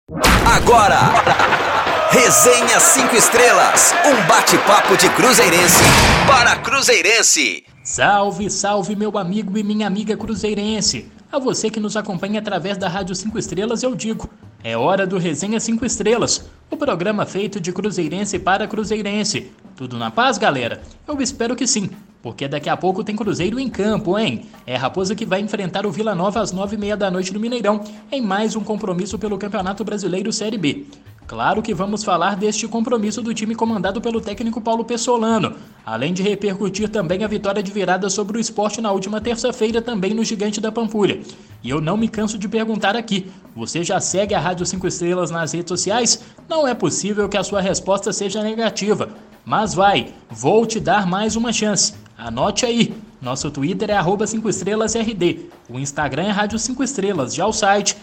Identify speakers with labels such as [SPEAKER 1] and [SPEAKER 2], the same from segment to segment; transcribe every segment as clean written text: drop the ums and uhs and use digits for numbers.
[SPEAKER 1] Agora, Resenha 5 Estrelas, um bate-papo de cruzeirense para cruzeirense.
[SPEAKER 2] Salve, salve meu amigo e minha amiga cruzeirense. A você que nos acompanha através da Rádio 5 Estrelas eu digo, é hora do Resenha 5 Estrelas, o programa feito de cruzeirense para cruzeirense. Tudo na paz, galera? Eu espero que sim, porque daqui a pouco tem Cruzeiro em campo, hein? É a Raposa que vai enfrentar o Vila Nova às 9h30 da noite no Mineirão, em mais um compromisso pelo Campeonato Brasileiro Série B. Claro que vamos falar deste compromisso do time comandado pelo técnico Paulo Pessolano, além de repercutir também a vitória de virada sobre o Sport na última terça-feira também no Gigante da Pampulha. E eu não me canso de perguntar aqui, você já segue a Rádio 5 Estrelas nas redes sociais? Não é possível que a sua resposta seja negativa, mas vou te dar mais uma chance. Anote aí, nosso Twitter é @5estrelasrd, o Instagram é Rádio 5 Estrelas, já o site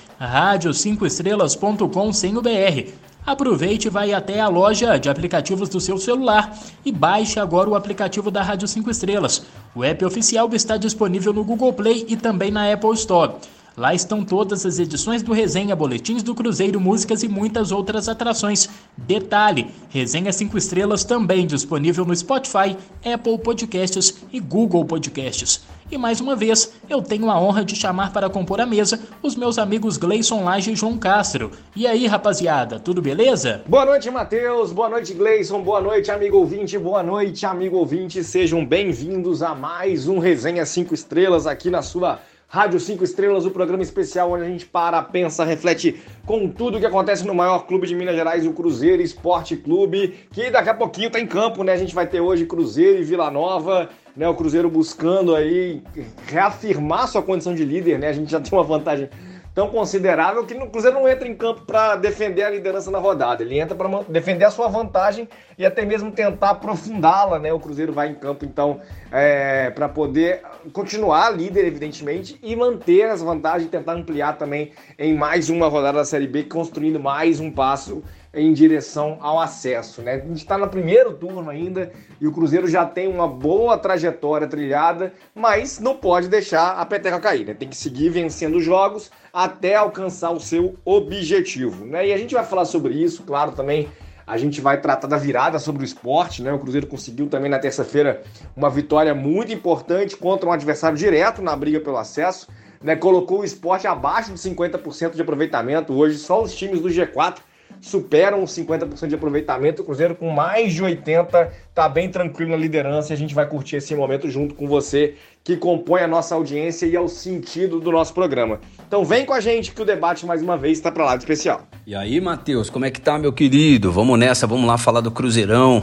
[SPEAKER 2] radio5estrelas.com sem o BR. Aproveite e vai até a loja de aplicativos do seu celular e baixe agora o aplicativo da Rádio 5 Estrelas. O app oficial está disponível no Google Play e também na Apple Store. Lá estão todas as edições do Resenha, boletins do Cruzeiro, músicas e muitas outras atrações. Detalhe, Resenha 5 Estrelas também disponível no Spotify, Apple Podcasts e Google Podcasts. E mais uma vez, eu tenho a honra de chamar para compor a mesa os meus amigos Gleison Lage e João Castro. E aí, rapaziada, tudo beleza?
[SPEAKER 3] Boa noite, Matheus. Boa noite, Gleison. Boa noite, amigo ouvinte. Boa noite, amigo ouvinte. Sejam bem-vindos a mais um Resenha 5 Estrelas aqui na sua Rádio 5 Estrelas, o programa especial onde a gente para, pensa, reflete com tudo o que acontece no maior clube de Minas Gerais, o Cruzeiro Esporte Clube, que daqui a pouquinho tá em campo, né? A gente vai ter hoje Cruzeiro e Vila Nova, né? O Cruzeiro buscando aí reafirmar sua condição de líder, né? A gente já tem uma vantagem tão considerável que o Cruzeiro não entra em campo para defender a liderança na rodada, ele entra para defender a sua vantagem e até mesmo tentar aprofundá-la, né? O Cruzeiro vai em campo, então, para poder continuar líder, evidentemente, e manter as vantagens e tentar ampliar também em mais uma rodada da Série B, construindo mais um passo em direção ao acesso, né? A gente está no primeiro turno ainda e o Cruzeiro já tem uma boa trajetória trilhada, mas não pode deixar a peteca cair, né? Tem que seguir vencendo os jogos até alcançar o seu objetivo, né? E a gente vai falar sobre isso, claro, também a gente vai tratar da virada sobre o Sport, né? O Cruzeiro conseguiu também na terça-feira uma vitória muito importante contra um adversário direto na briga pelo acesso, né? Colocou o Sport abaixo de 50% de aproveitamento. Hoje só os times do G4 superam os 50% de aproveitamento. O Cruzeiro com mais de 80% tá bem tranquilo na liderança e a gente vai curtir esse momento junto com você que compõe a nossa audiência e é o sentido do nosso programa. Então vem com a gente que o debate mais uma vez está para lá de especial.
[SPEAKER 4] E aí, Matheus, como é que tá, meu querido? Vamos nessa, vamos lá falar do Cruzeirão.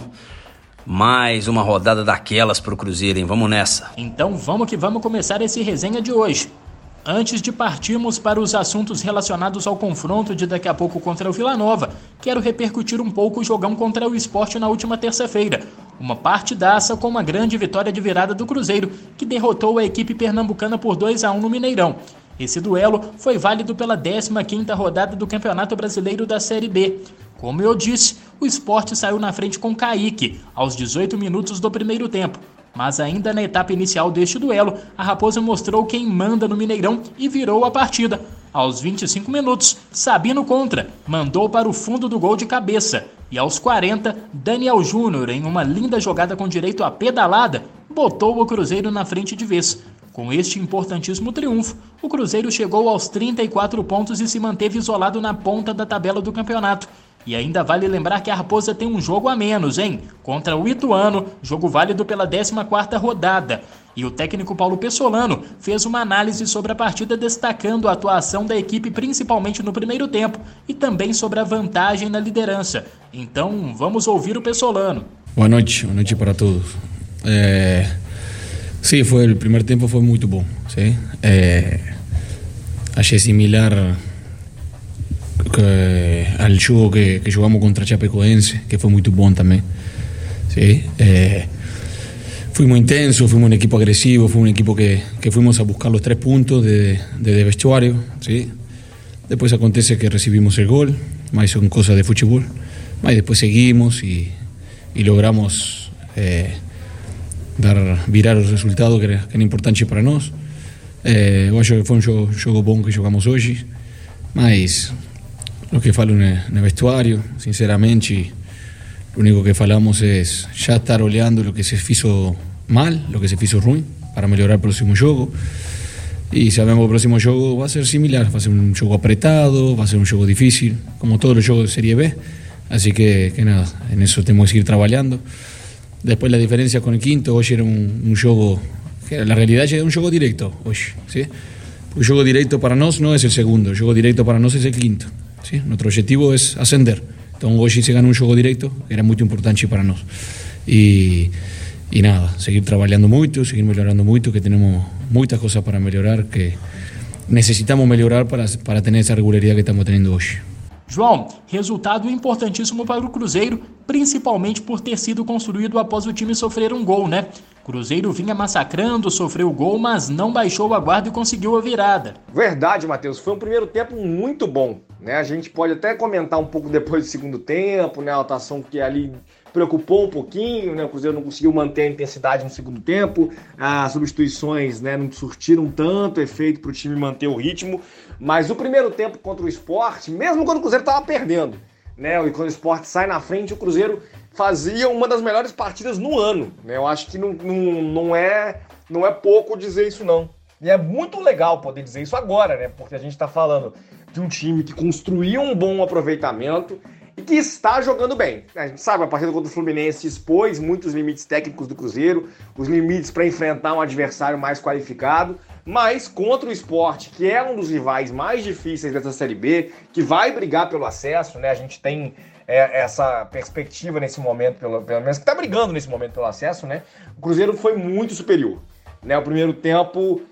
[SPEAKER 4] Mais uma rodada daquelas pro Cruzeiro, hein? Vamos nessa.
[SPEAKER 2] Então vamos que vamos começar esse resenha de hoje. Antes de partirmos para os assuntos relacionados ao confronto de daqui a pouco contra o Vila Nova, quero repercutir um pouco o jogão contra o Sport na última terça-feira. Uma partidaça com uma grande vitória de virada do Cruzeiro, que derrotou a equipe pernambucana por 2-1 no Mineirão. Esse duelo foi válido pela 15ª rodada do Campeonato Brasileiro da Série B. Como eu disse, o Sport saiu na frente com Kaique, aos 18 minutos do primeiro tempo. Mas ainda na etapa inicial deste duelo, a Raposa mostrou quem manda no Mineirão e virou a partida. Aos 25 minutos, Sabino Contra mandou para o fundo do gol de cabeça. E aos 40, Daniel Júnior, em uma linda jogada com direito à pedalada, botou o Cruzeiro na frente de vez. Com este importantíssimo triunfo, o Cruzeiro chegou aos 34 pontos e se manteve isolado na ponta da tabela do campeonato. E ainda vale lembrar que a Raposa tem um jogo a menos, hein? Contra o Ituano, jogo válido pela 14ª rodada. E o técnico Paulo Pessolano fez uma análise sobre a partida destacando a atuação da equipe principalmente no primeiro tempo e também sobre a vantagem na liderança. Então vamos ouvir o Pessolano.
[SPEAKER 5] Boa noite para todos. Sí, el primer tiempo fue muy bom, ¿sí? Achei similar al jogo que jugamos contra Chapecoense, que foi muito bom também. ¿Sí? Fuimos intensos, fuimos un equipo agresivo, fue un equipo que fuimos a buscar los 3 puntos de vestuario. ¿Sí? Después acontece que recibimos el gol, más son cosas de fútbol, mas después seguimos y logramos virar os resultados que eram importantes para nós. Eu acho que foi um jogo bom que jogamos hoje, mas lo que falo en el vestuario, sinceramente, lo único que falamos es ya estar olhando lo que se hizo mal, lo que se hizo ruim, para melhorar el próximo jogo. Y sabemos que el próximo juego va a ser similar, va a ser un juego apretado, va a ser un juego difícil, como todos los juegos de Serie B. Así que nada, en eso tenemos que seguir trabajando. Después la diferencia con el quinto, hoy era un juego, que la realidad ya era un juego directo, hoy, ¿sí? El juego directo para nosotros no es el segundo, el juego directo para nosotros es el quinto, ¿sí? Nuestro objetivo es ascender. Entonces hoy se ganó un juego directo, que era muy importante para nosotros. Y nada, seguir trabajando mucho, seguir mejorando mucho, que tenemos muchas cosas para mejorar, que necesitamos mejorar para tener esa regularidad que estamos teniendo hoy.
[SPEAKER 2] João, resultado importantíssimo para o Cruzeiro, principalmente por ter sido construído após o time sofrer um gol, né? O Cruzeiro vinha massacrando, sofreu o gol, mas não baixou a guarda e conseguiu a virada.
[SPEAKER 3] Verdade, Matheus, foi um primeiro tempo muito bom, né? A gente pode até comentar um pouco depois do segundo tempo, né? A atuação que ali preocupou um pouquinho, né? O Cruzeiro não conseguiu manter a intensidade no segundo tempo, as substituições, né, não surtiram tanto efeito para o time manter o ritmo, mas o primeiro tempo contra o Sport, mesmo quando o Cruzeiro estava perdendo, né, e quando o Sport sai na frente, o Cruzeiro fazia uma das melhores partidas no ano, né? Eu acho que não é pouco dizer isso não. E é muito legal poder dizer isso agora, né? Porque a gente está falando de um time que construiu um bom aproveitamento e que está jogando bem. A gente sabe, a partida contra o Fluminense expôs muitos limites técnicos do Cruzeiro, os limites para enfrentar um adversário mais qualificado, mas contra o Sport, que é um dos rivais mais difíceis dessa Série B, que vai brigar pelo acesso, né? A gente tem essa perspectiva nesse momento, pelo menos, que está brigando nesse momento pelo acesso, né? O Cruzeiro foi muito superior, né? O primeiro tempo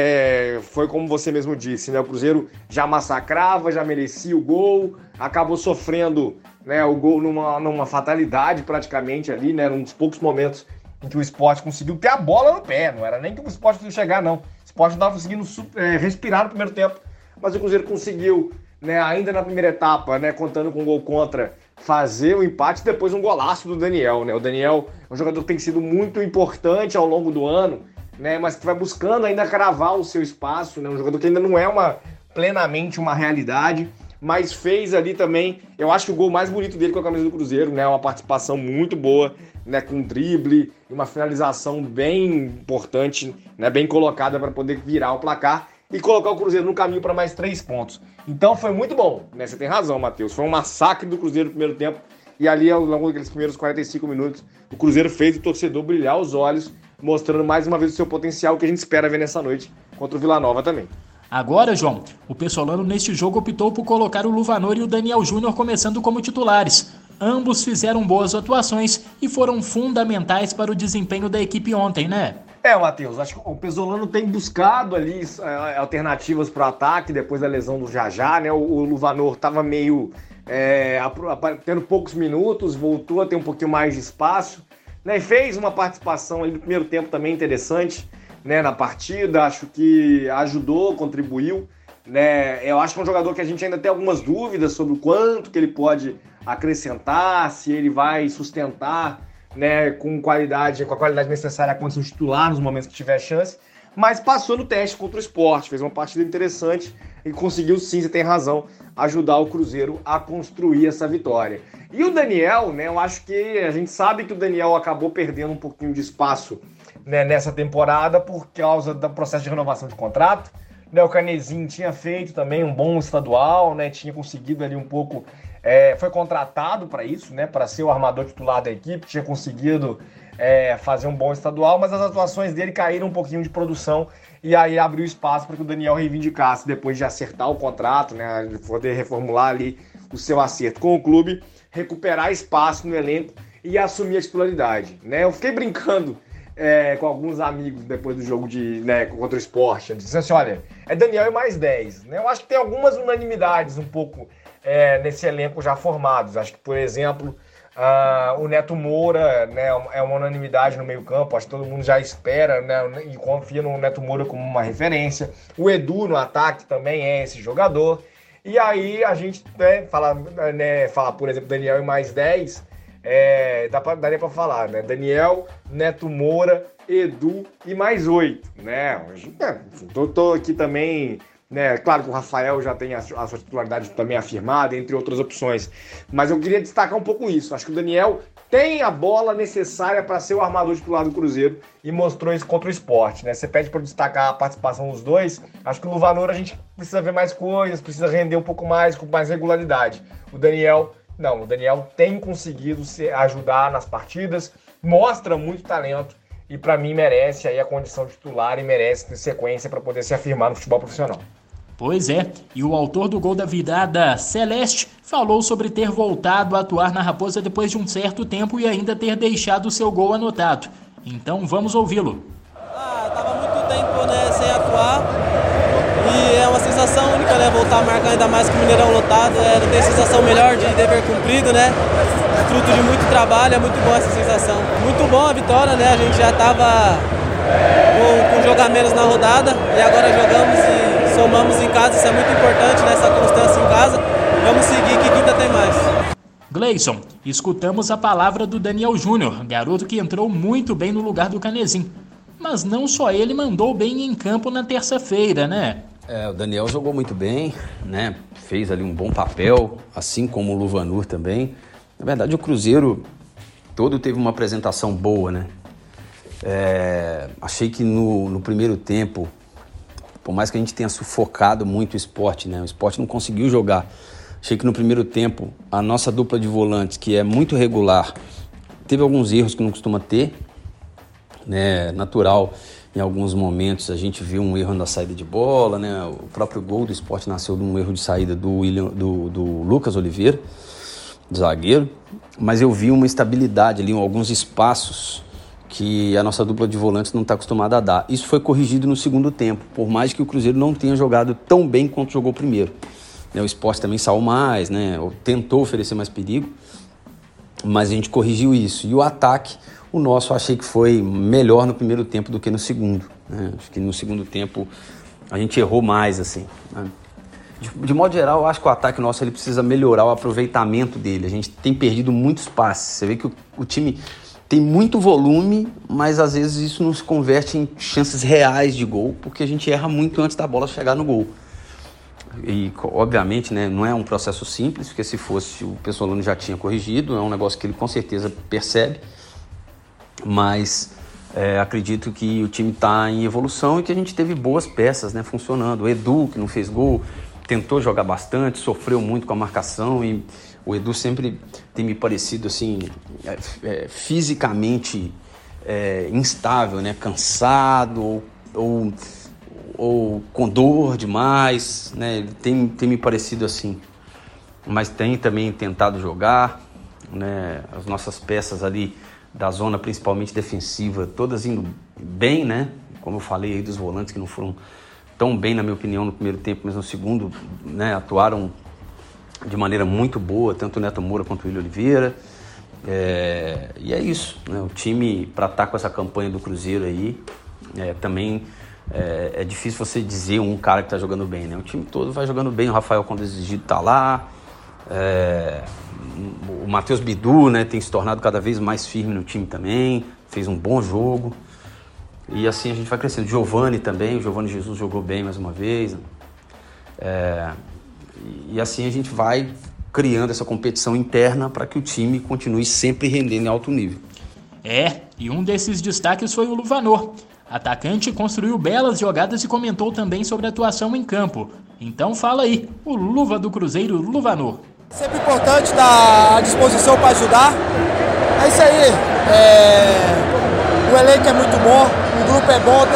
[SPEAKER 3] foi como você mesmo disse, né? O Cruzeiro já massacrava, já merecia o gol, acabou sofrendo, né, o gol numa fatalidade praticamente ali, né? Num dos poucos momentos em que o Sport conseguiu ter a bola no pé, não era nem que o Sport conseguiu chegar, não. O Sport não estava conseguindo respirar no primeiro tempo, mas o Cruzeiro conseguiu, né, ainda na primeira etapa, né, contando com um gol contra, fazer o empate e depois um golaço do Daniel, né? O Daniel é um jogador que tem sido muito importante ao longo do ano, né, mas que vai buscando ainda cravar o seu espaço, né? Um jogador que ainda não é plenamente uma realidade, mas fez ali também, eu acho que o gol mais bonito dele com a camisa do Cruzeiro, né? Uma participação muito boa, né? Com um drible e uma finalização bem importante, né? Bem colocada para poder virar o placar e colocar o Cruzeiro no caminho para mais 3 pontos. Então foi muito bom, né? Você tem razão, Matheus. Foi um massacre do Cruzeiro no primeiro tempo e ali ao longo daqueles primeiros 45 minutos o Cruzeiro fez o torcedor brilhar os olhos, mostrando mais uma vez o seu potencial que a gente espera ver nessa noite contra o Vila Nova também.
[SPEAKER 2] Agora, João, o Pessolano neste jogo optou por colocar o Luvanor e o Daniel Júnior começando como titulares. Ambos fizeram boas atuações e foram fundamentais para o desempenho da equipe ontem, né?
[SPEAKER 3] Matheus, acho que o Pessolano tem buscado ali alternativas para o ataque depois da lesão do Jajá, né? O Luvanor estava meio tendo poucos minutos, voltou a ter um pouquinho mais de espaço, né? E fez uma participação ali no primeiro tempo também interessante, né, na partida, acho que ajudou, contribuiu, né? Eu acho que é um jogador que a gente ainda tem algumas dúvidas sobre o quanto que ele pode acrescentar, se ele vai sustentar, né, com a qualidade necessária a condição de titular nos momentos que tiver chance, mas passou no teste contra o Sport, fez uma partida interessante e conseguiu sim, você tem razão, ajudar o Cruzeiro a construir essa vitória. E o Daniel, né, eu acho que a gente sabe que o Daniel acabou perdendo um pouquinho de espaço, né, nessa temporada por causa do processo de renovação de contrato, né? O Canezinho tinha feito também um bom estadual, né, tinha conseguido ali um pouco, foi contratado para isso, né, para ser o armador titular da equipe, tinha conseguido fazer um bom estadual, mas as atuações dele caíram um pouquinho de produção e aí abriu espaço para que o Daniel reivindicasse depois de acertar o contrato, né, de poder reformular ali o seu acerto com o clube, recuperar espaço no elenco e assumir a titularidade, né? Eu fiquei brincando com alguns amigos depois do jogo contra o Sport, dizendo assim, olha, é Daniel e mais 10, né? Eu acho que tem algumas unanimidades um pouco nesse elenco já formados. Acho que, por exemplo, o Neto Moura, né, é uma unanimidade no meio campo, acho que todo mundo já espera, né, e confia no Neto Moura como uma referência. O Edu no ataque também é esse jogador. E aí a gente fala, por exemplo, Daniel e mais 10, daria para falar, né? Daniel, Neto Moura, Edu e mais 8, né? Tô aqui também né? Claro que o Rafael já tem a sua titularidade também afirmada, entre outras opções. Mas eu queria destacar um pouco isso. Acho que o Daniel tem a bola necessária para ser o armador titular do Cruzeiro e mostrou isso contra o Sport, né? Você pede para destacar a participação dos dois. Acho que o Luvanor a gente precisa ver mais coisas, precisa render um pouco mais, com mais regularidade. O Daniel tem conseguido ajudar nas partidas, mostra muito talento e para mim merece aí a condição de titular e merece ter sequência para poder se afirmar no futebol profissional.
[SPEAKER 2] Pois é, e o autor do gol da virada, Celeste, falou sobre ter voltado a atuar na Raposa depois de um certo tempo e ainda ter deixado seu gol anotado. Então vamos ouvi-lo.
[SPEAKER 6] Tava muito tempo, né, sem atuar e é uma sensação única, né, voltar a marcar ainda mais com o Mineirão lotado, não tem sensação melhor de dever cumprido, né, fruto de muito trabalho, é muito bom essa sensação. Muito bom a vitória, né, a gente já tava com um jogo a menos na rodada e agora jogamos e somamos em casa, isso é muito importante, né, essa constância em casa. Vamos seguir que quinta tem mais.
[SPEAKER 2] Gleison, escutamos a palavra do Daniel Júnior, garoto que entrou muito bem no lugar do Canezinho. Mas não só ele mandou bem em campo na terça-feira, né?
[SPEAKER 4] O Daniel jogou muito bem, né? Fez ali um bom papel, assim como o Luvanor também. Na verdade, o Cruzeiro todo teve uma apresentação boa, né? Achei que no primeiro tempo, por mais que a gente tenha sufocado muito o Sport, né? O Sport não conseguiu jogar. Achei que no primeiro tempo, a nossa dupla de volantes, que é muito regular, teve alguns erros que não costuma ter, né? Natural, em alguns momentos a gente viu um erro na saída de bola, né? O próprio gol do Sport nasceu de um erro de saída do Lucas Oliveira, zagueiro, mas eu vi uma estabilidade ali, alguns espaços que a nossa dupla de volantes não está acostumada a dar. Isso foi corrigido no segundo tempo, por mais que o Cruzeiro não tenha jogado tão bem quanto jogou primeiro. O Sport também saiu mais, né? Tentou oferecer mais perigo, mas a gente corrigiu isso. E o ataque, o nosso, achei que foi melhor no primeiro tempo do que no segundo, né? Acho que no segundo tempo a gente errou mais, assim, né? De modo geral, eu acho que o ataque nosso ele precisa melhorar o aproveitamento dele. A gente tem perdido muitos passes. Você vê que o time tem muito volume, mas às vezes isso não se converte em chances reais de gol, porque a gente erra muito antes da bola chegar no gol. E, obviamente, né, não é um processo simples, porque se fosse, o Pessolano já tinha corrigido, é um negócio que ele com certeza percebe, mas acredito que o time está em evolução e que a gente teve boas peças, né, funcionando. O Edu, que não fez gol, tentou jogar bastante, sofreu muito com a marcação e o Edu sempre tem me parecido assim, fisicamente instável, né, cansado ou com dor demais, né? Ele tem me parecido assim, mas tem também tentado jogar, né? As nossas peças ali da zona, principalmente defensiva, todas indo bem, né? Como eu falei aí dos volantes que não foram tão bem, na minha opinião, no primeiro tempo, mas no segundo, né, atuaram de maneira muito boa, tanto o Neto Moura quanto o William Oliveira. E é isso, né? O time, para estar com essa campanha do Cruzeiro aí, também é difícil você dizer um cara que está jogando bem, né? O time todo vai jogando bem, o Rafael, quando exigido, está lá. O Matheus Bidu, né, tem se tornado cada vez mais firme no time também, fez um bom jogo. E assim a gente vai crescendo. O Giovani também, o Giovani Jesus jogou bem mais uma vez. E assim a gente vai criando essa competição interna para que o time continue sempre rendendo em alto nível.
[SPEAKER 2] E um desses destaques foi o Luvanor. Atacante construiu belas jogadas e comentou também sobre a atuação em campo. Então fala aí, o Luva do Cruzeiro, Luvanor.
[SPEAKER 7] Sempre importante estar à disposição para ajudar. É isso aí. O elenco é muito bom, o grupo é bom,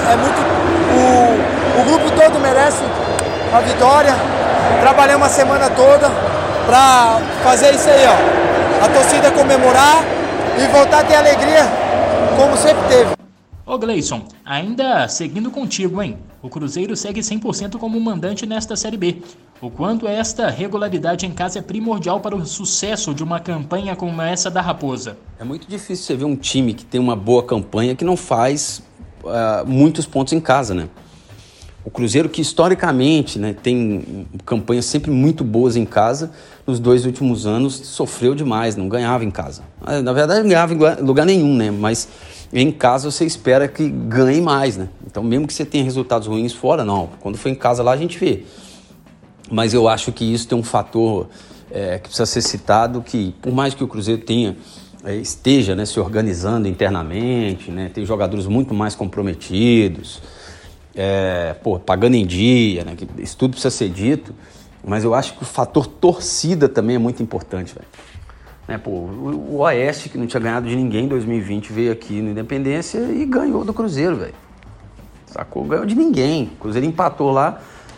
[SPEAKER 7] o grupo todo merece a vitória. Trabalhamos a semana toda para fazer isso aí, ó. A torcida comemorar e voltar a ter alegria como sempre teve.
[SPEAKER 2] Ô Gleison, ainda seguindo contigo, hein? O Cruzeiro segue 100% como mandante nesta Série B. O quanto esta regularidade em casa é primordial para o sucesso de uma campanha como essa da Raposa.
[SPEAKER 4] É muito difícil você ver um time que tem uma boa campanha que não faz muitos pontos em casa, né? O Cruzeiro, que historicamente, né, tem campanhas sempre muito boas em casa, nos 2 últimos anos sofreu demais, não ganhava em casa. Na verdade, não ganhava em lugar nenhum, né? Mas em casa você espera que ganhe mais, né? Então, mesmo que você tenha resultados ruins fora, não. Quando for em casa lá, a gente vê. Mas eu acho que isso tem um fator que precisa ser citado, que por mais que o Cruzeiro esteja, né, se organizando internamente, né, tem jogadores muito mais comprometidos, pagando em dia, né, que isso tudo precisa ser dito, mas eu acho que o fator torcida também é muito importante, velho. Né, o Oeste, que não tinha ganhado de ninguém em 2020, veio aqui no Independência e ganhou do Cruzeiro, velho. Sacou? Ganhou de ninguém. O Cruzeiro empatou lá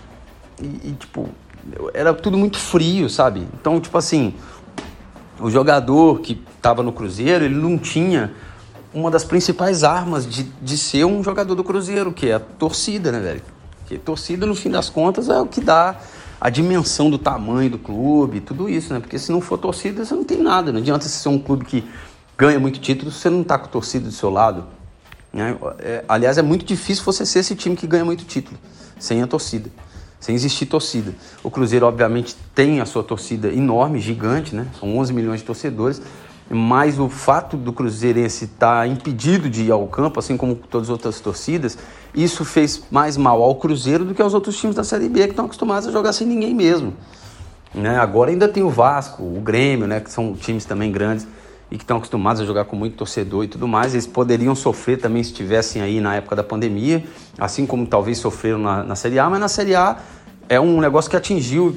[SPEAKER 4] e era tudo muito frio, sabe? Então, tipo assim, o jogador que estava no Cruzeiro, ele não tinha uma das principais armas de ser um jogador do Cruzeiro, que é a torcida, né, velho? Porque torcida, no fim das contas, é o que dá a dimensão do tamanho do clube, tudo isso, né? Porque se não for torcida, você não tem nada. Não adianta você ser um clube que ganha muito título se você não tá com torcida do seu lado, né? Aliás, é muito difícil você ser esse time que ganha muito título sem a torcida, sem existir torcida. O Cruzeiro, obviamente, tem a sua torcida enorme, gigante, né? São 11 milhões de torcedores, mas o fato do cruzeirense estar impedido de ir ao campo, assim como todas as outras torcidas, isso fez mais mal ao Cruzeiro do que aos outros times da Série B, que estão acostumados a jogar sem ninguém mesmo, né? Agora ainda tem o Vasco, o Grêmio, né, que são times também grandes e que estão acostumados a jogar com muito torcedor e tudo mais. Eles poderiam sofrer também se estivessem aí na época da pandemia, assim como talvez sofreram na Série A, mas na Série A é um negócio que atingiu,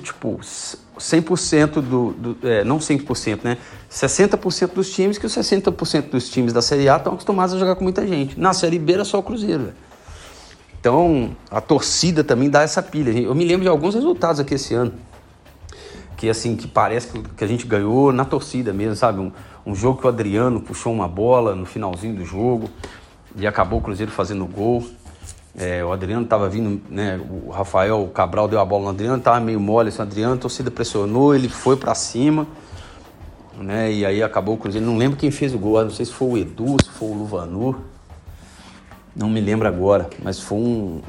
[SPEAKER 4] 100% não 100%, né? 60% dos times, que os 60% dos times da Série A estão acostumados a jogar com muita gente. Na Série B era só o Cruzeiro, velho. Então, a torcida também dá essa pilha. Eu me lembro de alguns resultados aqui esse ano, que assim, que parece que a gente ganhou na torcida mesmo, sabe? Um jogo que o Adriano puxou uma bola no finalzinho do jogo e acabou o Cruzeiro fazendo gol. O Adriano estava vindo, né? O Rafael Cabral deu a bola no Adriano, estava meio mole esse Adriano, a torcida pressionou, ele foi para cima, né? E aí acabou o Cruzeiro. Não lembro quem fez o gol, não sei se foi o Edu, se foi o Luvanor, não me lembro agora, mas foi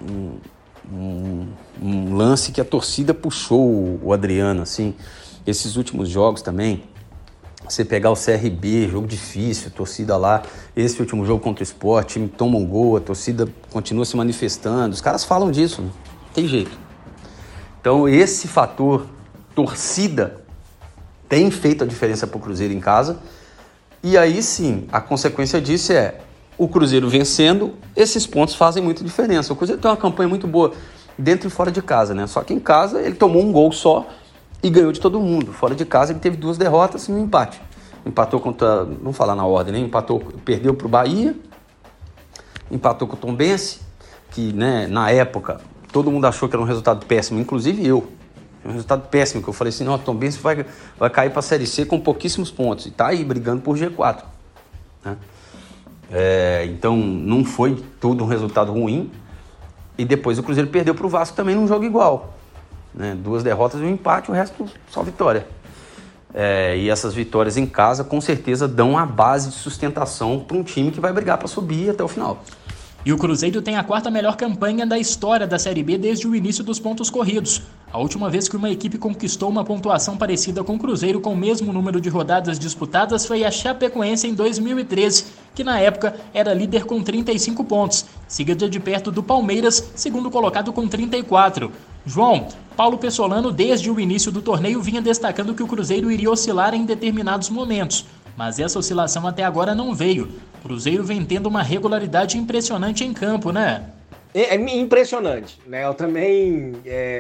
[SPEAKER 4] um lance que a torcida puxou o Adriano, assim. Esses últimos jogos também, você pegar o CRB, jogo difícil, torcida lá, esse último jogo contra o Sport, o time toma um gol, a torcida continua se manifestando, os caras falam disso, não tem jeito. Então esse fator torcida tem feito a diferença para o Cruzeiro em casa, e aí sim, a consequência disso é o Cruzeiro vencendo, esses pontos fazem muita diferença. O Cruzeiro tem uma campanha muito boa dentro e fora de casa, né? Só que em casa ele tomou um gol só e ganhou de todo mundo. Fora de casa ele teve 2 derrotas e um empate. Empatou contra, vamos falar na ordem, né? Perdeu para o Bahia, empatou com o Tombense, que, né, na época todo mundo achou que era um resultado péssimo, inclusive eu. Um resultado péssimo, que eu falei assim, não, o Tombense vai cair para a Série C com pouquíssimos pontos e tá aí brigando por G4, né? Então não foi tudo um resultado ruim. E depois o Cruzeiro perdeu para o Vasco também num jogo igual, né? 2 derrotas e um empate, o resto só vitória. E essas vitórias em casa com certeza dão a base de sustentação para um time que vai brigar para subir até o final.
[SPEAKER 2] E o Cruzeiro tem a 4ª melhor campanha da história da Série B desde o início dos pontos corridos. A última vez que uma equipe conquistou uma pontuação parecida com o Cruzeiro com o mesmo número de rodadas disputadas foi a Chapecoense em 2013, que na época era líder com 35 pontos, seguida de perto do Palmeiras, segundo colocado com 34. João, Paulo Pessolano desde o início do torneio vinha destacando que o Cruzeiro iria oscilar em determinados momentos, mas essa oscilação até agora não veio. O Cruzeiro vem tendo uma regularidade impressionante em campo, né?
[SPEAKER 3] É impressionante, né? Eu também...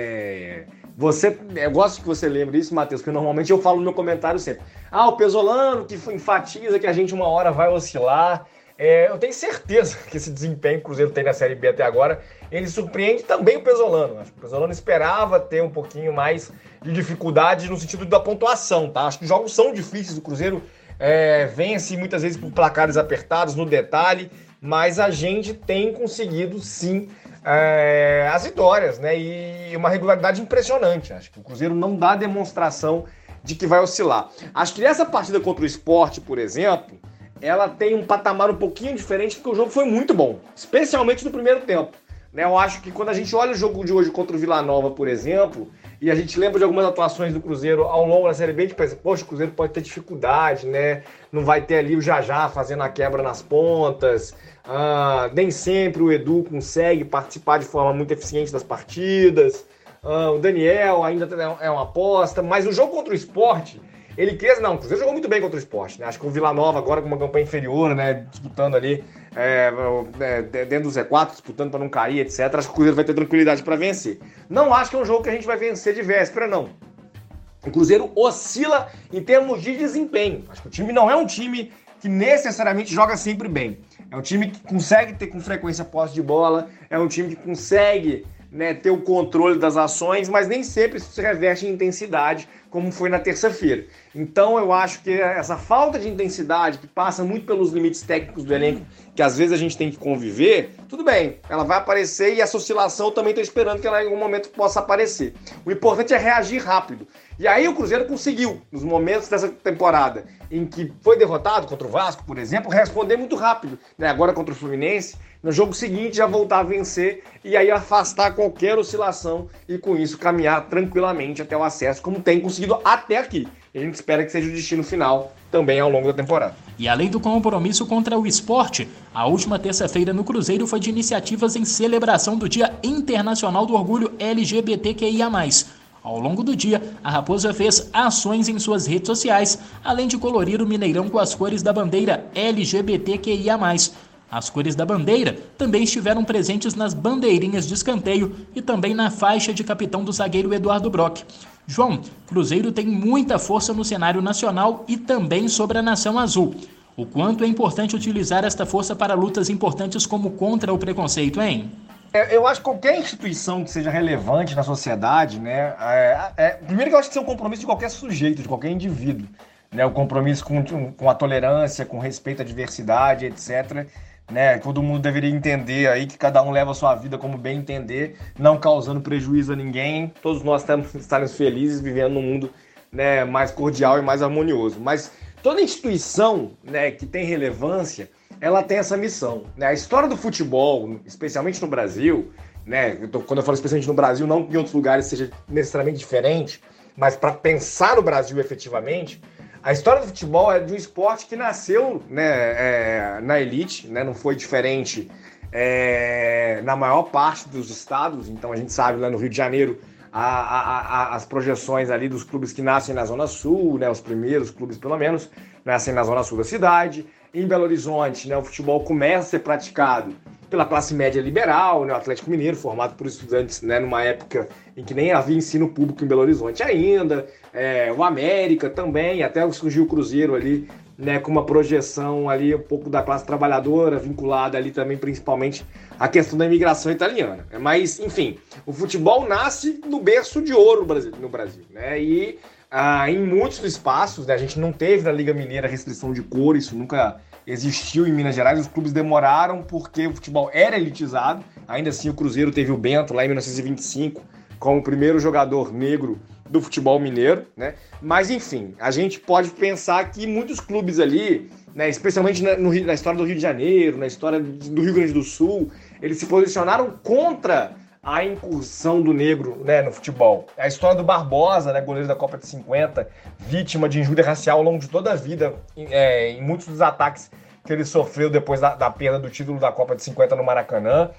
[SPEAKER 3] Eu gosto que você lembre isso, Matheus, porque normalmente eu falo no meu comentário sempre. O Pessolano que enfatiza que a gente uma hora vai oscilar. Eu tenho certeza que esse desempenho que o Cruzeiro tem na Série B até agora, ele surpreende também o Pessolano. Acho que o Pessolano esperava ter um pouquinho mais de dificuldade no sentido da pontuação, tá? Acho que os jogos são difíceis, o Cruzeiro vence muitas vezes por placares apertados, no detalhe, mas a gente tem conseguido sim as vitórias, né? E uma regularidade impressionante. Acho que o Cruzeiro não dá demonstração de que vai oscilar. Acho que nessa partida contra o Sport, por exemplo, ela tem um patamar um pouquinho diferente, porque o jogo foi muito bom, especialmente no primeiro tempo, né? Eu acho que quando a gente olha o jogo de hoje contra o Vila Nova, por exemplo, E a gente lembra de algumas atuações do Cruzeiro ao longo da Série B, a gente pensa, poxa, o Cruzeiro pode ter dificuldade, né? Não vai ter ali o Jajá fazendo a quebra nas pontas. Nem sempre o Edu consegue participar de forma muito eficiente das partidas. O Daniel ainda é uma aposta. Mas o jogo contra o Sport, o Cruzeiro jogou muito bem contra o Sport, né? Acho que o Vila Nova agora com uma campanha inferior, né? Disputando ali dentro do Z4, disputando para não cair, etc. Acho que o Cruzeiro vai ter tranquilidade para vencer. Não acho que é um jogo que a gente vai vencer de véspera, não. O Cruzeiro oscila em termos de desempenho. Acho que o time não é um time que necessariamente joga sempre bem. É um time que consegue ter com frequência posse de bola, é um time que consegue, né, ter o controle das ações, mas nem sempre isso se reveste em intensidade, como foi na terça-feira. Então eu acho que essa falta de intensidade, que passa muito pelos limites técnicos do elenco, que às vezes a gente tem que conviver, tudo bem, ela vai aparecer e essa oscilação eu também estou esperando que ela em algum momento possa aparecer. O importante é reagir rápido. E aí o Cruzeiro conseguiu, nos momentos dessa temporada em que foi derrotado contra o Vasco, por exemplo, responder muito rápido, né? Agora contra o Fluminense, no jogo seguinte já voltar a vencer e aí afastar qualquer oscilação e com isso caminhar tranquilamente até o acesso, como tem conseguido até aqui. E a gente espera que seja o destino final também ao longo da temporada.
[SPEAKER 2] E além do compromisso contra o Sport, a última terça-feira no Cruzeiro foi de iniciativas em celebração do Dia Internacional do Orgulho LGBTQIA+. Ao longo do dia, a Raposa fez ações em suas redes sociais, além de colorir o Mineirão com as cores da bandeira LGBTQIA+. As cores da bandeira também estiveram presentes nas bandeirinhas de escanteio e também na faixa de capitão do zagueiro Eduardo Brock. João, Cruzeiro tem muita força no cenário nacional e também sobre a Nação Azul. O quanto é importante utilizar esta força para lutas importantes como contra o preconceito, hein?
[SPEAKER 3] Eu acho que qualquer instituição que seja relevante na sociedade, né? Primeiro que eu acho que isso é um compromisso de qualquer sujeito, de qualquer indivíduo, né? O compromisso com a tolerância, com respeito à diversidade, etc. Né? Todo mundo deveria entender aí que cada um leva a sua vida como bem entender, não causando prejuízo a ninguém. Todos nós estaremos felizes vivendo num mundo, né, mais cordial e mais harmonioso. Mas toda instituição, né, que tem relevância, ela tem essa missão, né? A história do futebol, especialmente no Brasil, né? Quando eu falo especialmente no Brasil, não que em outros lugares seja necessariamente diferente, mas para pensar no Brasil efetivamente, a história do futebol é de um esporte que nasceu, né, na elite, né? Não foi diferente na maior parte dos estados. Então a gente sabe lá no Rio de Janeiro as projeções ali dos clubes que nascem na Zona Sul, né? Os primeiros clubes pelo menos nascem na Zona Sul da cidade. Em Belo Horizonte, né, o futebol começa a ser praticado pela classe média liberal, né, o Atlético Mineiro, formado por estudantes, né, numa época em que nem havia ensino público em Belo Horizonte ainda, o América também, até surgiu o Cruzeiro ali, né, com uma projeção ali um pouco da classe trabalhadora, vinculada ali também principalmente à questão da imigração italiana. Mas, enfim, o futebol nasce no berço de ouro no Brasil, né, e em muitos espaços, né, a gente não teve na Liga Mineira restrição de cor, isso nunca existiu em Minas Gerais, os clubes demoraram porque o futebol era elitizado, ainda assim o Cruzeiro teve o Bento lá em 1925 como o primeiro jogador negro do futebol mineiro, né? Mas enfim, a gente pode pensar que muitos clubes ali, né, especialmente na história do Rio de Janeiro, na história do Rio Grande do Sul, eles se posicionaram contra a incursão do negro, né, no futebol. A história do Barbosa, né, goleiro da Copa de 50, vítima de injúria racial ao longo de toda a vida, em muitos dos ataques que ele sofreu depois da perda do título da Copa de 50 no Maracanã.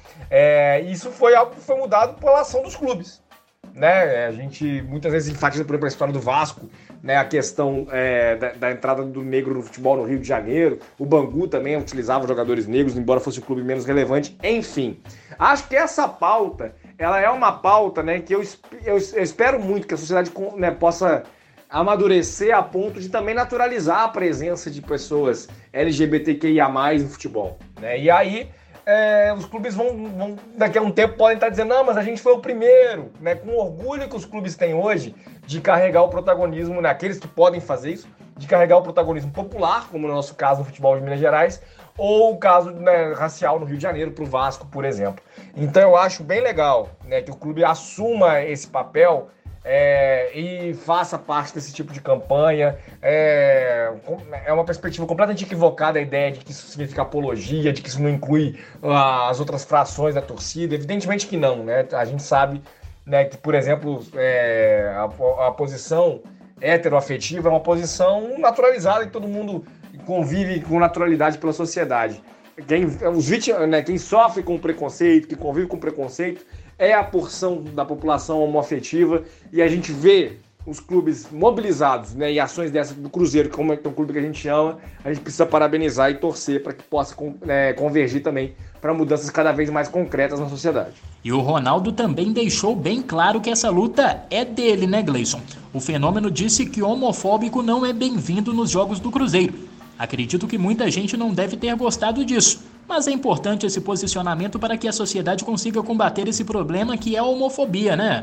[SPEAKER 3] Isso foi algo que foi mudado pela ação dos clubes, né? A gente muitas vezes enfatiza, por exemplo, a história do Vasco, né, a questão da entrada do negro no futebol no Rio de Janeiro. O Bangu também utilizava jogadores negros, embora fosse um clube menos relevante. Enfim, acho que essa pauta, ela é uma pauta, né, que eu espero muito que a sociedade, né, possa amadurecer a ponto de também naturalizar a presença de pessoas LGBTQIA+, no futebol, né? E aí os clubes vão daqui a um tempo podem estar dizendo, não, mas a gente foi o primeiro, né? Com o orgulho que os clubes têm hoje de carregar o protagonismo, né? Aqueles que podem fazer isso, de carregar o protagonismo popular, como no nosso caso no futebol de Minas Gerais, ou o caso, né, racial no Rio de Janeiro, para o Vasco, por exemplo. Então eu acho bem legal, né, que o clube assuma esse papel e faça parte desse tipo de campanha. É uma perspectiva completamente equivocada a ideia de que isso significa apologia, de que isso não inclui as outras frações da torcida. Evidentemente que não, né? A gente sabe, né, que, por exemplo, a posição heteroafetiva é uma posição naturalizada e todo mundo convive com naturalidade pela sociedade. Quem sofre com preconceito, que convive com preconceito, é a porção da população homoafetiva, e a gente vê os clubes mobilizados, né, em ações dessas do Cruzeiro, como é um clube que a gente ama, a gente precisa parabenizar e torcer para que possa convergir também para mudanças cada vez mais concretas na sociedade.
[SPEAKER 2] E o Ronaldo também deixou bem claro que essa luta é dele, né, Gleison? O Fenômeno disse que homofóbico não é bem-vindo nos jogos do Cruzeiro. Acredito que muita gente não deve ter gostado disso, mas é importante esse posicionamento para que a sociedade consiga combater esse problema que é a homofobia, né?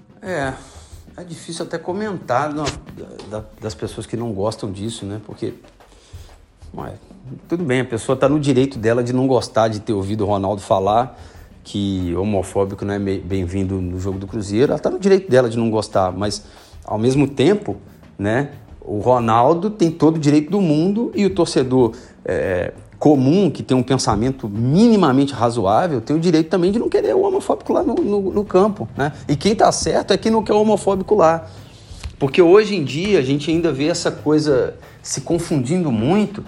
[SPEAKER 4] É difícil até comentar das pessoas que não gostam disso, né? Porque, tudo bem, a pessoa está no direito dela de não gostar de ter ouvido o Ronaldo falar que homofóbico não é bem-vindo no jogo do Cruzeiro. Ela está no direito dela de não gostar, mas, ao mesmo tempo, né, o Ronaldo tem todo o direito do mundo e o torcedor comum, que tem um pensamento minimamente razoável, tem o direito também de não querer o homofóbico lá no campo, né? E quem tá certo é quem não quer o homofóbico lá. Porque hoje em dia a gente ainda vê essa coisa se confundindo muito,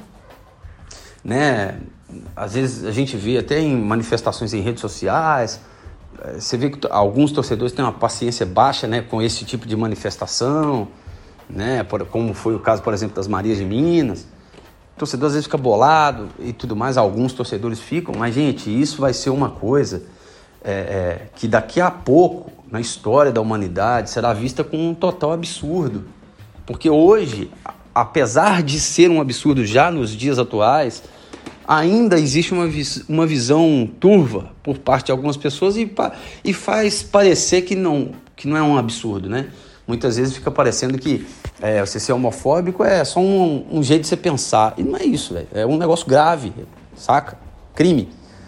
[SPEAKER 4] né? Às vezes a gente vê até em manifestações em redes sociais, você vê que alguns torcedores têm uma paciência baixa, né, com esse tipo de manifestação, né? Como foi o caso, por exemplo, das Marias de Minas. O torcedor às vezes fica bolado e tudo mais, alguns torcedores ficam, mas, gente, isso vai ser uma coisa que daqui a pouco, na história da humanidade, será vista como um total absurdo. Porque hoje, apesar de ser um absurdo já nos dias atuais, ainda existe uma visão turva por parte de algumas pessoas e faz parecer que não é um absurdo, né? Muitas vezes fica parecendo que você ser homofóbico é só um jeito de você pensar. E não é isso, velho. É um negócio grave, saca? Crime.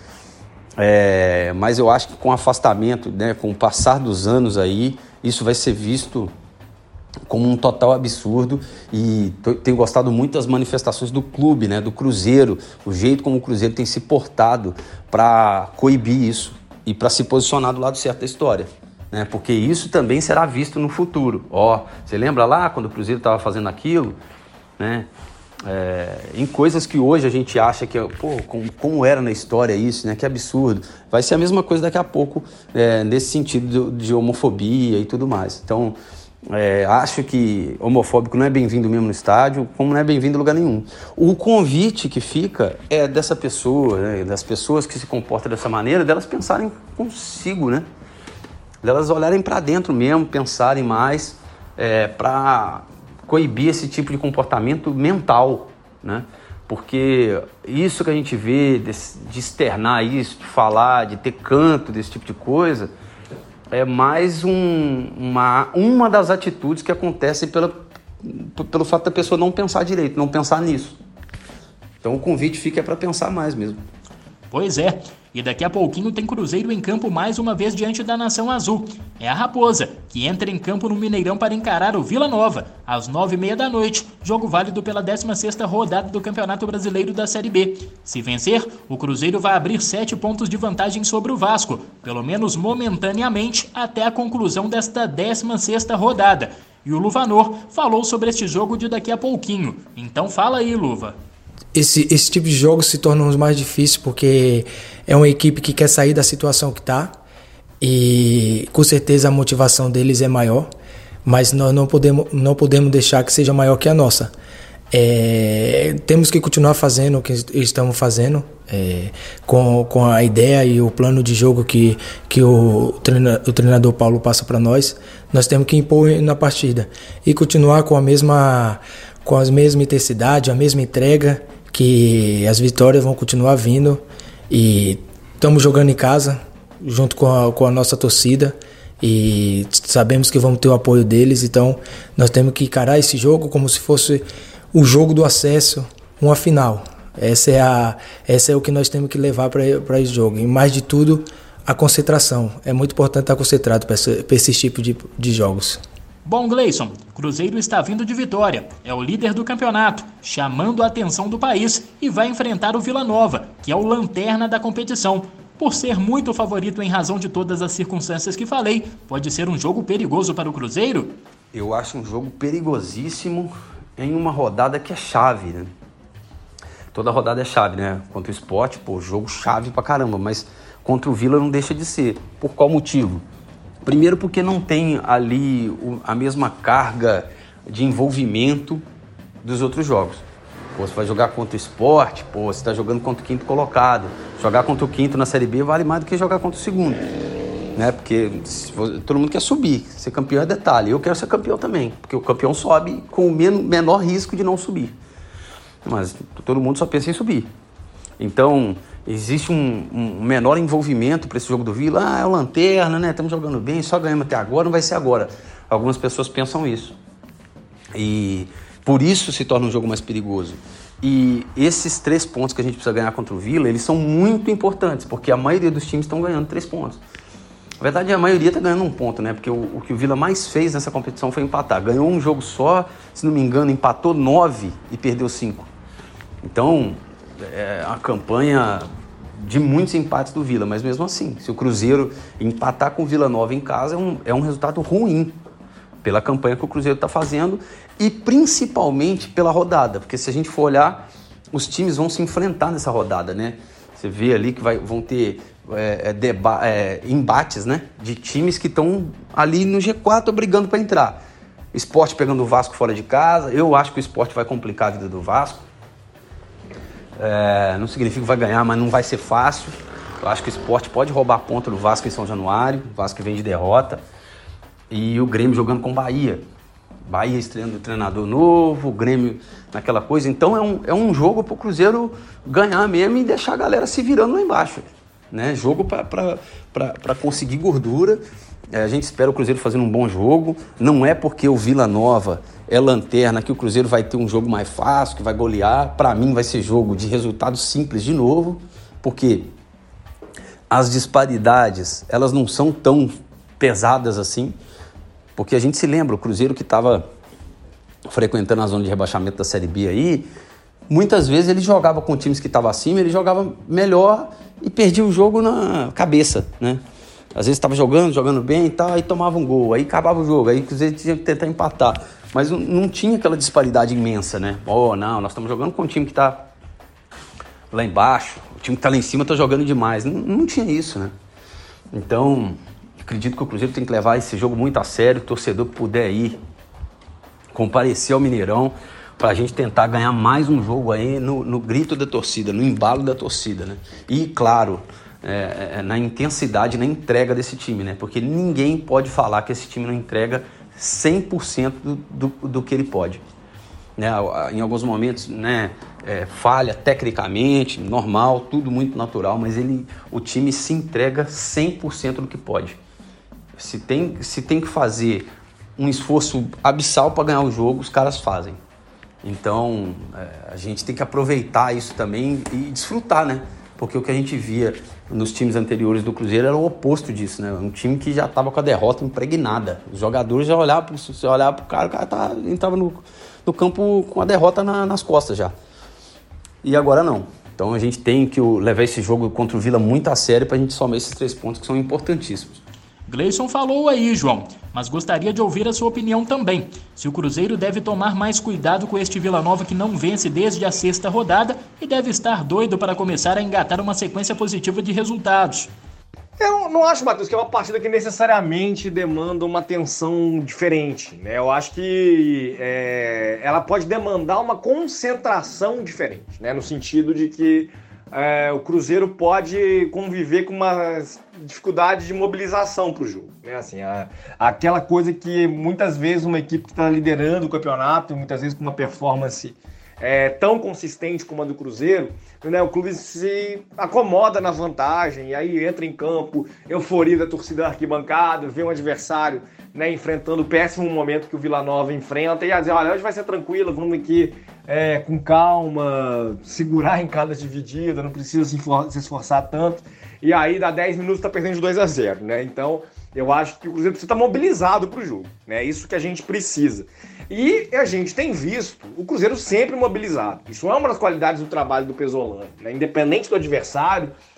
[SPEAKER 4] Mas eu acho que com o afastamento, né, com o passar dos anos aí, isso vai ser visto como um total absurdo. E tenho gostado muito das manifestações do clube, né, do Cruzeiro, o jeito como o Cruzeiro tem se portado para coibir isso e para se posicionar do lado certo da história. Porque isso também será visto no futuro. Você lembra lá quando o Cruzeiro estava fazendo aquilo, né? Em coisas que hoje a gente acha que, como era na história isso, né? Que absurdo. Vai ser a mesma coisa daqui a pouco, nesse sentido de homofobia e tudo mais. Então, acho que homofóbico não é bem-vindo mesmo no estádio, como não é bem-vindo em lugar nenhum. O convite que fica é dessa pessoa, né? Das pessoas que se comportam dessa maneira, delas pensarem consigo, né? Delas olharem para dentro mesmo, pensarem mais para coibir esse tipo de comportamento mental, né? Porque isso que a gente vê de externar isso, de falar, de ter canto desse tipo de coisa, é mais uma das atitudes que acontecem pelo fato da pessoa não pensar direito, não pensar nisso. Então o convite fica para pensar mais mesmo.
[SPEAKER 2] Pois é. E daqui a pouquinho tem Cruzeiro em campo mais uma vez diante da Nação Azul. É a Raposa, que entra em campo no Mineirão para encarar o Vila Nova, às 9h30 da noite, jogo válido pela 16ª rodada do Campeonato Brasileiro da Série B. Se vencer, o Cruzeiro vai abrir 7 pontos de vantagem sobre o Vasco, pelo menos momentaneamente, até a conclusão desta 16ª rodada. E o Luvanor falou sobre este jogo de daqui a pouquinho. Então fala aí, Luva.
[SPEAKER 7] Esse tipo de jogo se torna os mais difíceis porque é uma equipe que quer sair da situação que está e com certeza a motivação deles é maior, mas nós não podemos deixar que seja maior que a nossa. Temos que continuar fazendo o que estamos fazendo, com a ideia e o plano de jogo que o treinador Paulo passa para nós. Nós temos que impor na partida e continuar com a mesma intensidade, a mesma entrega, que as vitórias vão continuar vindo e estamos jogando em casa junto com a nossa torcida e sabemos que vamos ter o apoio deles, então nós temos que encarar esse jogo como se fosse o jogo do acesso, uma final. Essa é o que nós temos que levar para esse jogo. E mais de tudo, a concentração. É muito importante estar concentrado para esse tipo de jogos.
[SPEAKER 2] Bom, Gleison, Cruzeiro está vindo de vitória, é o líder do campeonato, chamando a atenção do país e vai enfrentar o Vila Nova, que é o lanterna da competição. Por ser muito favorito em razão de todas as circunstâncias que falei, pode ser um jogo perigoso para o Cruzeiro?
[SPEAKER 4] Eu acho um jogo perigosíssimo em uma rodada que é chave, né? Toda rodada é chave, né? Contra o Sport, jogo chave pra caramba, mas contra o Vila não deixa de ser. Por qual motivo? Primeiro porque não tem ali a mesma carga de envolvimento dos outros jogos. Você vai jogar contra o Sport, você está jogando contra o quinto colocado. Jogar contra o quinto na Série B vale mais do que jogar contra o segundo. Né? Porque todo mundo quer subir. Ser campeão é detalhe. Eu quero ser campeão também, porque o campeão sobe com o menor risco de não subir. Mas todo mundo só pensa em subir. Então, existe um menor envolvimento para esse jogo do Vila. É o Lanterna, né? Estamos jogando bem, só ganhamos até agora, não vai ser agora. Algumas pessoas pensam isso. E por isso se torna um jogo mais perigoso. E esses 3 pontos que a gente precisa ganhar contra o Vila, eles são muito importantes, porque a maioria dos times estão ganhando 3 pontos. Na verdade, a maioria está ganhando 1 ponto, né? Porque o que o Vila mais fez nessa competição foi empatar. Ganhou um jogo só, se não me engano, empatou 9 e perdeu 5. Então, é a campanha de muitos empates do Vila, mas mesmo assim, se o Cruzeiro empatar com o Vila Nova em casa, é um resultado ruim pela campanha que o Cruzeiro está fazendo e principalmente pela rodada, porque se a gente for olhar, os times vão se enfrentar nessa rodada, né? Você vê ali que vão ter embates, né? De times que estão ali no G4 brigando para entrar. O Sport pegando o Vasco fora de casa, eu acho que o Sport vai complicar a vida do Vasco. Não significa que vai ganhar, mas não vai ser fácil. Eu acho que o Sport pode roubar a ponta do Vasco em São Januário. O Vasco vem de derrota. E o Grêmio jogando com o Bahia. Bahia estreando treinador novo, o Grêmio naquela coisa. Então é um jogo para o Cruzeiro ganhar mesmo e deixar a galera se virando lá embaixo. Né? Jogo para conseguir gordura. A gente espera o Cruzeiro fazendo um bom jogo. Não é porque o Vila Nova é lanterna que o Cruzeiro vai ter um jogo mais fácil, que vai golear. Para mim vai ser jogo de resultado simples de novo, porque as disparidades elas não são tão pesadas assim, porque a gente se lembra, o Cruzeiro que estava frequentando a zona de rebaixamento da Série B aí, muitas vezes ele jogava com times que estavam acima, ele jogava melhor e perdia o jogo na cabeça, né? Às vezes estava jogando bem e tal, aí tomava um gol, aí acabava o jogo, aí o Cruzeiro tinha que tentar empatar. Mas não tinha aquela disparidade imensa, né? Não, nós estamos jogando com um time que está lá embaixo, o time que está lá em cima está jogando demais. Não tinha isso, né? Então, acredito que o Cruzeiro tem que levar esse jogo muito a sério, o torcedor que puder ir, comparecer ao Mineirão, para a gente tentar ganhar mais um jogo aí no grito da torcida, no embalo da torcida, né? E, claro, na intensidade, na entrega desse time, né? Porque ninguém pode falar que esse time não entrega 100% do que ele pode. Né? Em alguns momentos, né, falha tecnicamente, normal, tudo muito natural, mas o time se entrega 100% do que pode. Se tem que fazer um esforço abissal para ganhar o jogo, os caras fazem. Então, a gente tem que aproveitar isso também e desfrutar, né? Porque o que a gente via nos times anteriores do Cruzeiro era o oposto disso, né? Um time que já estava com a derrota impregnada. Os jogadores já olhavam para o cara entrava no campo com a derrota nas costas já. E agora não. Então a gente tem que levar esse jogo contra o Vila muito a sério para a gente somar esses 3 pontos que são importantíssimos.
[SPEAKER 2] Gleison falou aí, João, mas gostaria de ouvir a sua opinião também. Se o Cruzeiro deve tomar mais cuidado com este Vila Nova que não vence desde a 6ª rodada e deve estar doido para começar a engatar uma sequência positiva de resultados.
[SPEAKER 3] Eu não acho, Matheus, que é uma partida que necessariamente demanda uma atenção diferente, né? Eu acho que ela pode demandar uma concentração diferente, né? No sentido de que o Cruzeiro pode conviver com uma dificuldade de mobilização para o jogo, né? Assim, aquela coisa que muitas vezes uma equipe que está liderando o campeonato, muitas vezes com uma performance tão consistente como a do Cruzeiro, né? O clube se acomoda na vantagem e aí entra em campo, euforia da torcida da arquibancada, vê um adversário, né, enfrentando o péssimo momento que o Vila Nova enfrenta e dizer, olha, hoje vai ser tranquilo, vamos aqui com calma, segurar em cada dividida, não precisa se esforçar tanto, e aí dá 10 minutos tá perdendo de 2-0, né? Então eu acho que o Cruzeiro precisa estar mobilizado para o jogo, né? É isso que a gente precisa. E a gente tem visto o Cruzeiro sempre mobilizado. Isso é uma das qualidades do trabalho do Pesolano, né? Independente do adversário,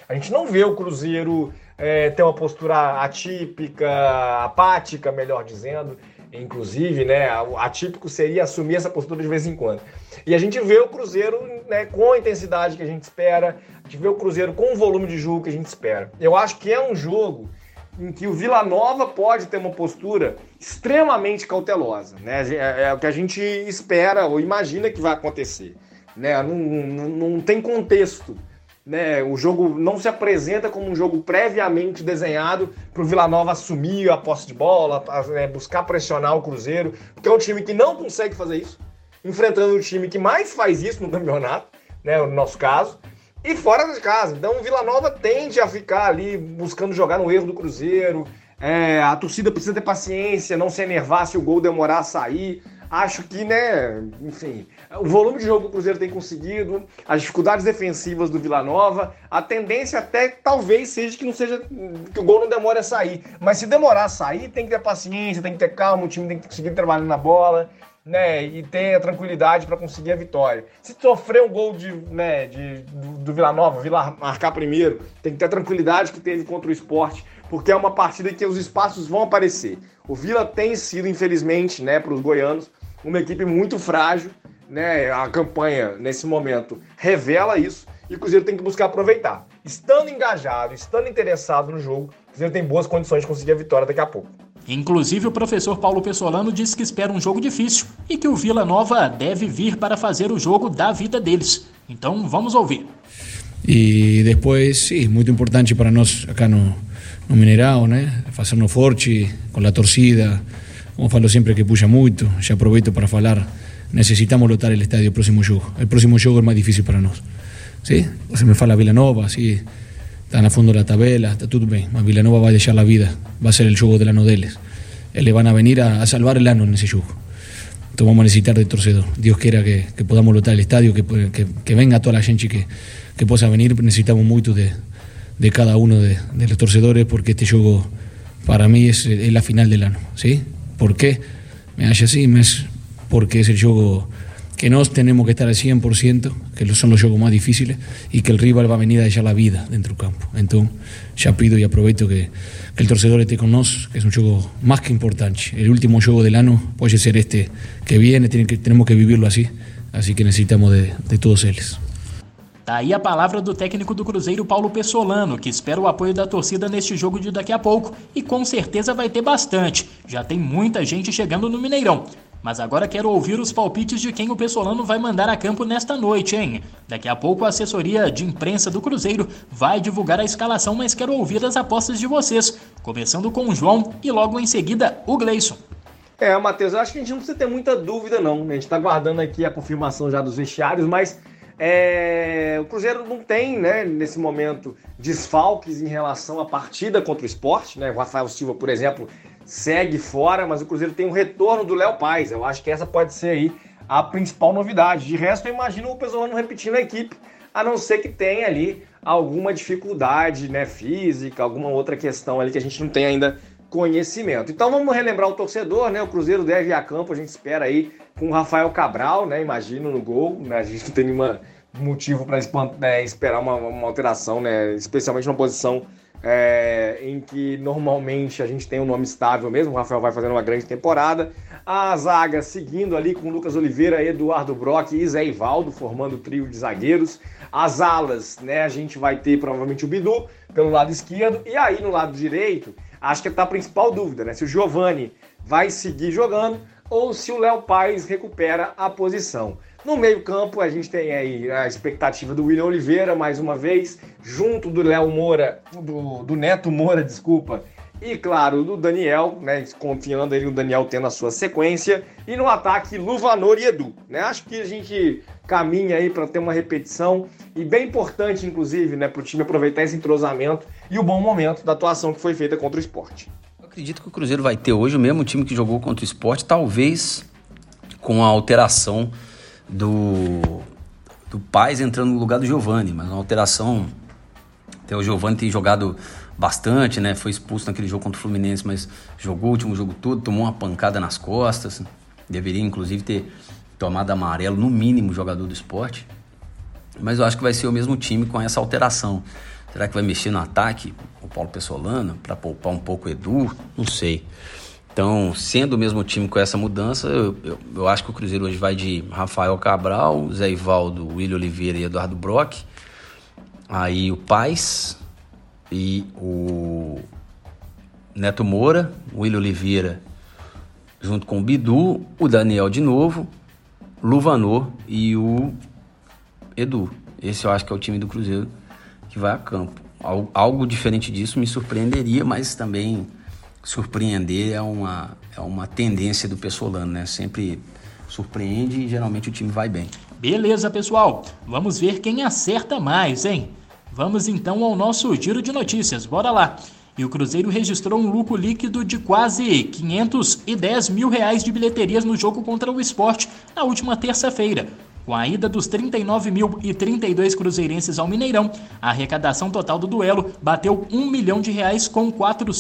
[SPEAKER 3] A gente não vê o Cruzeiro ter uma postura atípica, apática, melhor dizendo. Inclusive, né, atípico seria assumir essa postura de vez em quando. E a gente vê o Cruzeiro, né, com a intensidade que a gente espera, a gente vê o Cruzeiro com o volume de jogo que a gente espera. Eu acho que é um jogo em que o Vila Nova pode ter uma postura extremamente cautelosa, né? É o que a gente espera ou imagina que vai acontecer, né? Não tem contexto, né? O jogo não se apresenta como um jogo previamente desenhado para o Vila Nova assumir a posse de bola, buscar pressionar o Cruzeiro, porque é um time que não consegue fazer isso, enfrentando o time que mais faz isso no campeonato, né? No nosso caso, e fora de casa. Então o Vila Nova tende a ficar ali buscando jogar no erro do Cruzeiro. A torcida precisa ter paciência, não se enervar se o gol demorar a sair. Acho que, né, enfim, o volume de jogo que o Cruzeiro tem conseguido, as dificuldades defensivas do Vila Nova, a tendência até talvez seja que o gol não demore a sair. Mas se demorar a sair, tem que ter paciência, tem que ter calma, o time tem que conseguir trabalhar na bola, né, e ter a tranquilidade para conseguir a vitória. Se sofrer um gol do Vila Nova, Vila marcar primeiro, tem que ter a tranquilidade que teve contra o Sport, porque é uma partida em que os espaços vão aparecer. O Vila tem sido, infelizmente, né, para os goianos, uma equipe muito frágil, né? A campanha, nesse momento, revela isso, e o Cruzeiro tem que buscar aproveitar. Estando engajado, estando interessado no jogo, o Cruzeiro tem boas condições de conseguir a vitória daqui a pouco.
[SPEAKER 2] Inclusive, o professor Paulo Pessolano disse que espera um jogo difícil e que o Vila Nova deve vir para fazer o jogo da vida deles. Então, vamos ouvir.
[SPEAKER 5] E depois, sim, muito importante para nós acá no Mineirão, né? Fazernos forte com a torcida. Como falo sempre que puxa muito, já aproveito para falar, necesitamos lotar o estádio próximo jogo. O próximo jogo é mais difícil para nós. ¿Sí? Você me fala Vila Nova, sí, está na fundo da tabela, está tudo bem, mas Vila Nova vai deixar a vida, vai ser o jogo del ano deles. Eles vão vir a salvar o ano nesse jogo. Então vamos a necesitar de torcedor. Dios quiera que podamos lotar el estadio, que venga toda la gente que possa venir. Necesitamos muito de cada uno de los torcedores, porque este juego para mí es la final del ano, ¿sí? ¿Por qué? Me hace así, porque es el juego que nós tenemos que estar al 100%, que son los juegos más difíciles, y que el rival va a venir a dejar la vida dentro del campo. Entonces, ya pido y aprovecho que el torcedor esté con nosotros, que es un juego más que importante. El último juego del ano puede ser este que viene, tenemos que vivirlo así que necesitamos de todos eles.
[SPEAKER 2] Tá aí a palavra do técnico do Cruzeiro, Paulo Pessolano, que espera o apoio da torcida neste jogo de daqui a pouco, e com certeza vai ter bastante. Já tem muita gente chegando no Mineirão. Mas agora quero ouvir os palpites de quem o Pessolano vai mandar a campo nesta noite, hein? Daqui a pouco a assessoria de imprensa do Cruzeiro vai divulgar a escalação, mas quero ouvir as apostas de vocês, começando com o João e logo em seguida o Gleison.
[SPEAKER 3] Matheus, eu acho que a gente não precisa ter muita dúvida, não. A gente está guardando aqui a confirmação já dos vestiários, mas o Cruzeiro não tem, né, nesse momento, desfalques em relação à partida contra o Sport, né? O Rafael Silva, por exemplo, segue fora, mas o Cruzeiro tem um retorno do Léo Paz. Eu acho que essa pode ser aí a principal novidade. De resto, eu imagino o Pessolano repetindo a equipe, a não ser que tenha ali alguma dificuldade, né, física, alguma outra questão ali que a gente não tem ainda conhecimento. Então vamos relembrar o torcedor, né? O Cruzeiro deve ir a campo, a gente espera aí com o Rafael Cabral, né? Imagino no gol, né? A gente não tem nenhum motivo para esperar uma alteração, né? Especialmente numa posição em que normalmente a gente tem um nome estável mesmo. O Rafael vai fazendo uma grande temporada. A zaga seguindo ali com Lucas Oliveira, Eduardo Brock e Zé Ivaldo, formando o trio de zagueiros. As alas, né? A gente vai ter provavelmente o Bidu pelo lado esquerdo, e aí no lado direito acho que está a principal dúvida, né? Se o Giovani vai seguir jogando ou se o Léo Paz recupera a posição. No meio-campo, a gente tem aí a expectativa do William Oliveira, mais uma vez, junto do Léo Moura, do Neto Moura, desculpa, e claro, do Daniel, né? Confiando aí no Daniel tendo a sua sequência. E no ataque, Luvanor e Edu, né? Acho que a gente caminha aí para ter uma repetição, e bem importante, inclusive, né, para o time aproveitar esse entrosamento e o bom momento da atuação que foi feita contra o Sport.
[SPEAKER 4] Eu acredito que o Cruzeiro vai ter hoje o mesmo time que jogou contra o Sport, talvez com a alteração do Paz entrando no lugar do Giovani, mas uma alteração. Até o Giovani tem jogado bastante, né? Foi expulso naquele jogo contra o Fluminense, mas jogou o último jogo todo, tomou uma pancada nas costas, deveria inclusive ter tomado amarelo, no mínimo, jogador do Sport. Mas eu acho que vai ser o mesmo time com essa alteração. Será que vai mexer no ataque o Paulo Pessolano para poupar um pouco o Edu? Não sei. Então, sendo o mesmo time com essa mudança, eu acho que o Cruzeiro hoje vai de Rafael Cabral, Zé Ivaldo, William Oliveira e Eduardo Brock. Aí o Paes e o Neto Moura, o William Oliveira junto com o Bidu, o Daniel de novo, Luvanor e o Edu. Esse eu acho que é o time do Cruzeiro que vai a campo. Algo diferente disso me surpreenderia, mas também surpreender é uma tendência do Pessolano, né? Sempre surpreende e geralmente o time vai bem.
[SPEAKER 2] Beleza, pessoal. Vamos ver quem acerta mais, hein? Vamos então ao nosso giro de notícias. Bora lá. E o Cruzeiro registrou um lucro líquido de quase 510 mil reais de bilheterias no jogo contra o Sport na última terça-feira. Com a ida dos 39.032 cruzeirenses ao Mineirão, a arrecadação total do duelo bateu R$1 milhão com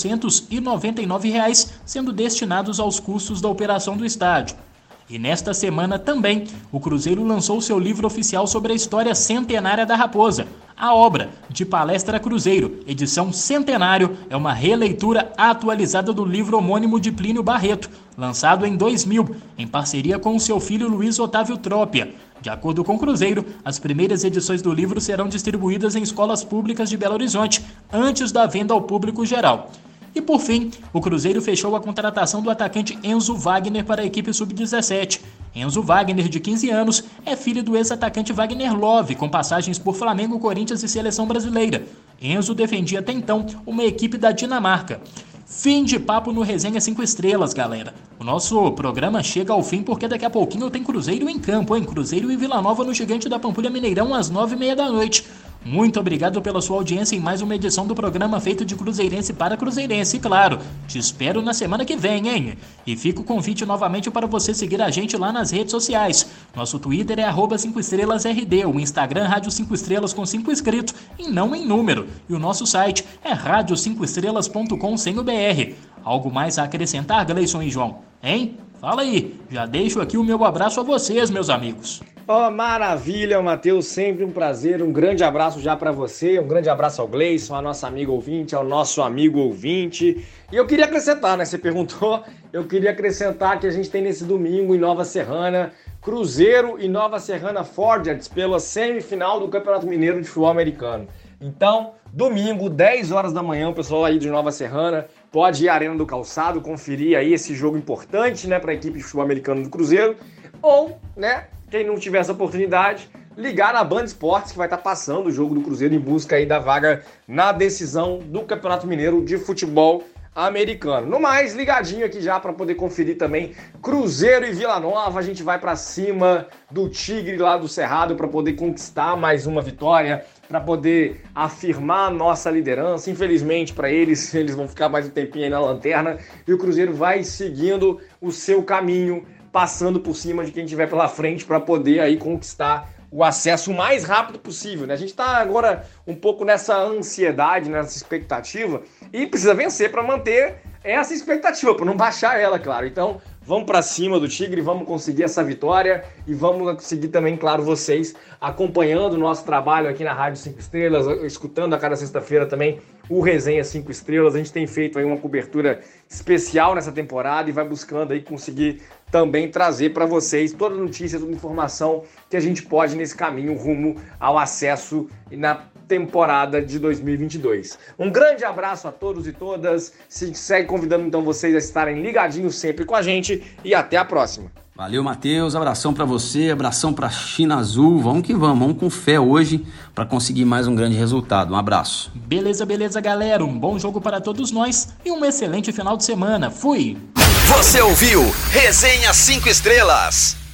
[SPEAKER 2] R$499 sendo destinados aos custos da operação do estádio. E nesta semana também, o Cruzeiro lançou seu livro oficial sobre a história centenária da Raposa. A obra, de Palestra Cruzeiro, edição Centenário, é uma releitura atualizada do livro homônimo de Plínio Barreto, lançado em 2000, em parceria com o seu filho Luiz Otávio Trópia. De acordo com o Cruzeiro, as primeiras edições do livro serão distribuídas em escolas públicas de Belo Horizonte, antes da venda ao público geral. E por fim, o Cruzeiro fechou a contratação do atacante Enzo Wagner para a equipe sub-17. Enzo Wagner, de 15 anos, é filho do ex-atacante Wagner Love, com passagens por Flamengo, Corinthians e Seleção Brasileira. Enzo defendia até então uma equipe da Dinamarca. Fim de papo no Resenha 5 Estrelas, galera. O nosso programa chega ao fim porque daqui a pouquinho tem Cruzeiro em campo, hein? Cruzeiro e Vila Nova no Gigante da Pampulha Mineirão às 9h30 da noite. Muito obrigado pela sua audiência em mais uma edição do programa feito de cruzeirense para cruzeirense. E claro, te espero na semana que vem, hein? E fica o convite novamente para você seguir a gente lá nas redes sociais. Nosso Twitter é @5estrelasRD, o Instagram Rádio 5 Estrelas com 5 inscritos e não em número. E o nosso site é radio5estrelas.com sem o BR. Algo mais a acrescentar, Gleison e João? Hein? Fala aí, já deixo aqui o meu abraço a vocês, meus amigos.
[SPEAKER 3] Oh, maravilha, Matheus, sempre um prazer, um grande abraço já para você, um grande abraço ao Gleison, à nossa amiga ouvinte, ao nosso amigo ouvinte. E eu queria acrescentar, né, você perguntou, eu queria acrescentar que a gente tem nesse domingo em Nova Serrana, Cruzeiro e Nova Serrana Forgets pela semifinal do Campeonato Mineiro de Futebol Americano. Então, domingo, 10 horas da manhã, o pessoal aí de Nova Serrana pode ir à Arena do Calçado, conferir aí esse jogo importante, né, para a equipe de futebol americano do Cruzeiro, ou, né, quem não tiver essa oportunidade, ligar na Band Esportes, que vai estar passando o jogo do Cruzeiro em busca aí da vaga na decisão do Campeonato Mineiro de Futebol Americano. No mais, ligadinho aqui já para poder conferir também Cruzeiro e Vila Nova. A gente vai para cima do Tigre lá do Cerrado para poder conquistar mais uma vitória, para poder afirmar a nossa liderança. Infelizmente para eles vão ficar mais um tempinho aí na lanterna e o Cruzeiro vai seguindo o seu caminho, passando por cima de quem estiver pela frente para poder aí conquistar o acesso o mais rápido possível, né? A gente está agora um pouco nessa ansiedade, nessa expectativa e precisa vencer para manter essa expectativa, para não baixar ela, claro. Então, vamos para cima do Tigre, vamos conseguir essa vitória e vamos conseguir também, claro, vocês acompanhando o nosso trabalho aqui na Rádio 5 Estrelas, escutando a cada sexta-feira também o Resenha 5 Estrelas. A gente tem feito aí uma cobertura especial nessa temporada e vai buscando aí conseguir também trazer para vocês toda notícia, toda informação que a gente pode nesse caminho rumo ao acesso na temporada de 2022. Um grande abraço a todos e todas. Se segue convidando então vocês a estarem ligadinhos sempre com a gente e até a próxima.
[SPEAKER 4] Valeu, Matheus. Abração para você, abração para China Azul. Vamos que vamos com fé hoje para conseguir mais um grande resultado. Um abraço.
[SPEAKER 2] Beleza, galera. Um bom jogo para todos nós e um excelente final de semana. Fui!
[SPEAKER 1] Você ouviu Resenha 5 Estrelas.